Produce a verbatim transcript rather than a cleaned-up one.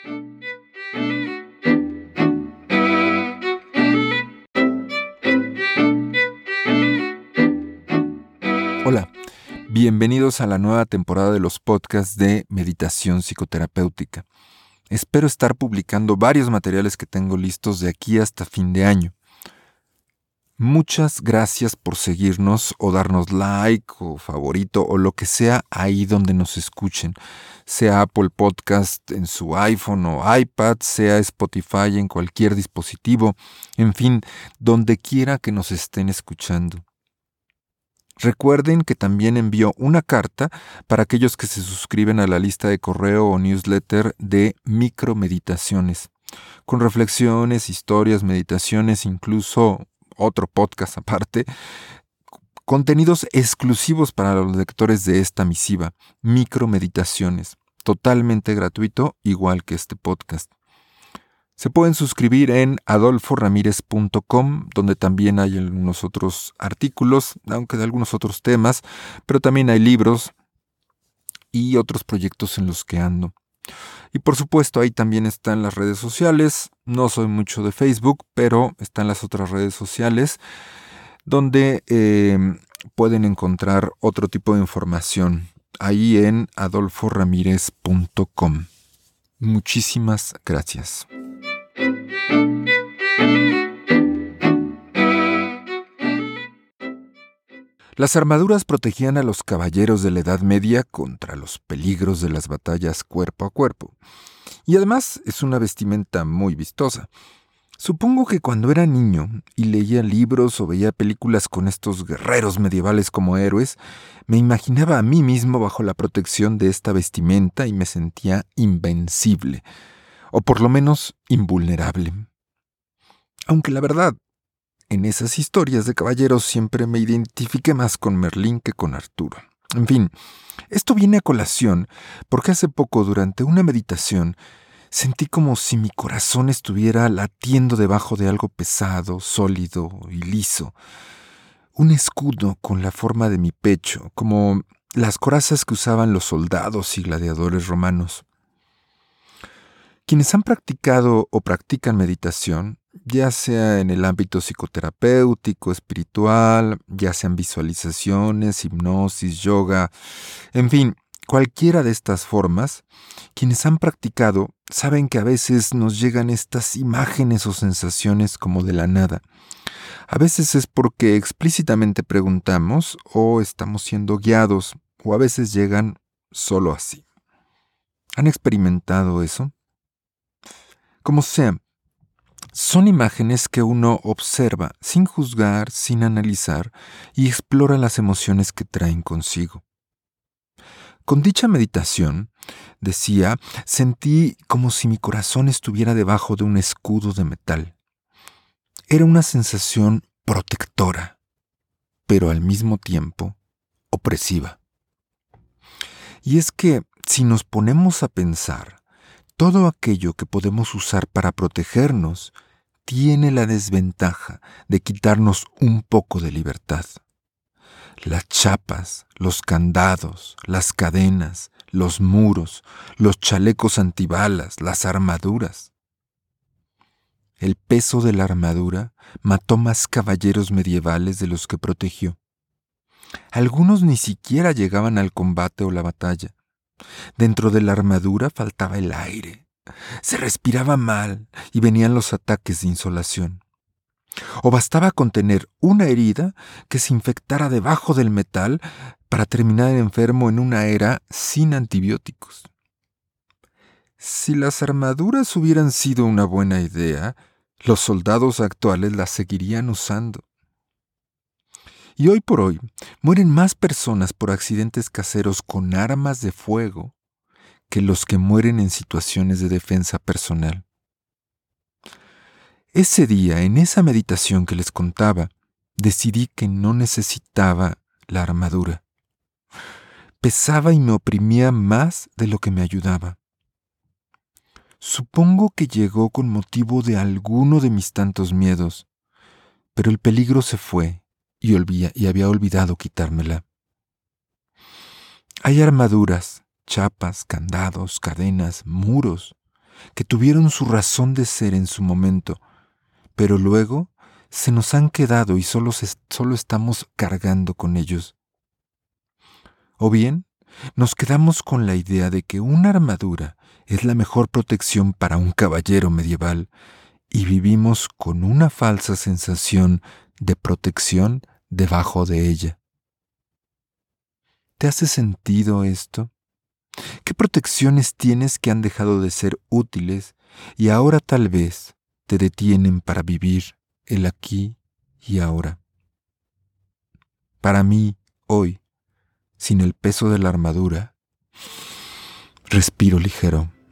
Hola, bienvenidos a la nueva temporada de los podcasts de Meditación Psicoterapéutica. Espero estar publicando varios materiales que tengo listos de aquí hasta fin de año. Muchas gracias por seguirnos o darnos like o favorito o lo que sea ahí donde nos escuchen. Sea Apple Podcast en su iPhone o iPad, sea Spotify en cualquier dispositivo, en fin, donde quiera que nos estén escuchando. Recuerden que también envío una carta para aquellos que se suscriben a la lista de correo o newsletter de micromeditaciones, con reflexiones, historias, meditaciones, incluso otro podcast aparte, contenidos exclusivos para los lectores de esta misiva, micromeditaciones, totalmente gratuito, igual que este podcast. Se pueden suscribir en adolfo ramírez punto com, donde también hay algunos otros artículos, aunque de algunos otros temas, pero también hay libros y otros proyectos en los que ando. Y por supuesto, ahí también están las redes sociales. No soy mucho de Facebook, pero están las otras redes sociales, donde eh, pueden encontrar otro tipo de información, ahí en adolfo ramírez punto com. Muchísimas gracias. Las armaduras protegían a los caballeros de la Edad Media contra los peligros de las batallas cuerpo a cuerpo. Y además es una vestimenta muy vistosa. Supongo que cuando era niño y leía libros o veía películas con estos guerreros medievales como héroes, me imaginaba a mí mismo bajo la protección de esta vestimenta y me sentía invencible, o por lo menos invulnerable. Aunque la verdad, en esas historias de caballeros siempre me identifiqué más con Merlín que con Arturo. En fin, esto viene a colación porque hace poco, durante una meditación, sentí como si mi corazón estuviera latiendo debajo de algo pesado, sólido y liso. Un escudo con la forma de mi pecho, como las corazas que usaban los soldados y gladiadores romanos. Quienes han practicado o practican meditación, ya sea en el ámbito psicoterapéutico, espiritual, ya sean visualizaciones, hipnosis, yoga, en fin, cualquiera de estas formas, quienes han practicado saben que a veces nos llegan estas imágenes o sensaciones como de la nada. A veces es porque explícitamente preguntamos o estamos siendo guiados, o a veces llegan solo así. ¿Han experimentado eso? Como sea, son imágenes que uno observa sin juzgar, sin analizar y explora las emociones que traen consigo. Con dicha meditación, decía, sentí como si mi corazón estuviera debajo de un escudo de metal. Era una sensación protectora, pero al mismo tiempo opresiva. Y es que, si nos ponemos a pensar, todo aquello que podemos usar para protegernos tiene la desventaja de quitarnos un poco de libertad. Las chapas, los candados, las cadenas, los muros, los chalecos antibalas, las armaduras. El peso de la armadura mató más caballeros medievales de los que protegió. Algunos ni siquiera llegaban al combate o la batalla. Dentro de la armadura faltaba el aire. Se respiraba mal y venían los ataques de insolación. O bastaba con tener una herida que se infectara debajo del metal para terminar enfermo en una era sin antibióticos. Si las armaduras hubieran sido una buena idea, los soldados actuales las seguirían usando. Y hoy por hoy mueren más personas por accidentes caseros con armas de fuego que los que mueren en situaciones de defensa personal. Ese día, en esa meditación que les contaba, decidí que no necesitaba la armadura. Pesaba y me oprimía más de lo que me ayudaba. Supongo que llegó con motivo de alguno de mis tantos miedos, pero el peligro se fue y, olvida, y había olvidado quitármela. Hay armaduras, chapas, candados, cadenas, muros, que tuvieron su razón de ser en su momento, pero luego se nos han quedado y solo, se- solo estamos cargando con ellos. O bien, nos quedamos con la idea de que una armadura es la mejor protección para un caballero medieval y vivimos con una falsa sensación de protección debajo de ella. ¿Te hace sentido esto? ¿Qué protecciones tienes que han dejado de ser útiles y ahora tal vez te detienen para vivir el aquí y ahora? Para mí, hoy, sin el peso de la armadura, respiro ligero.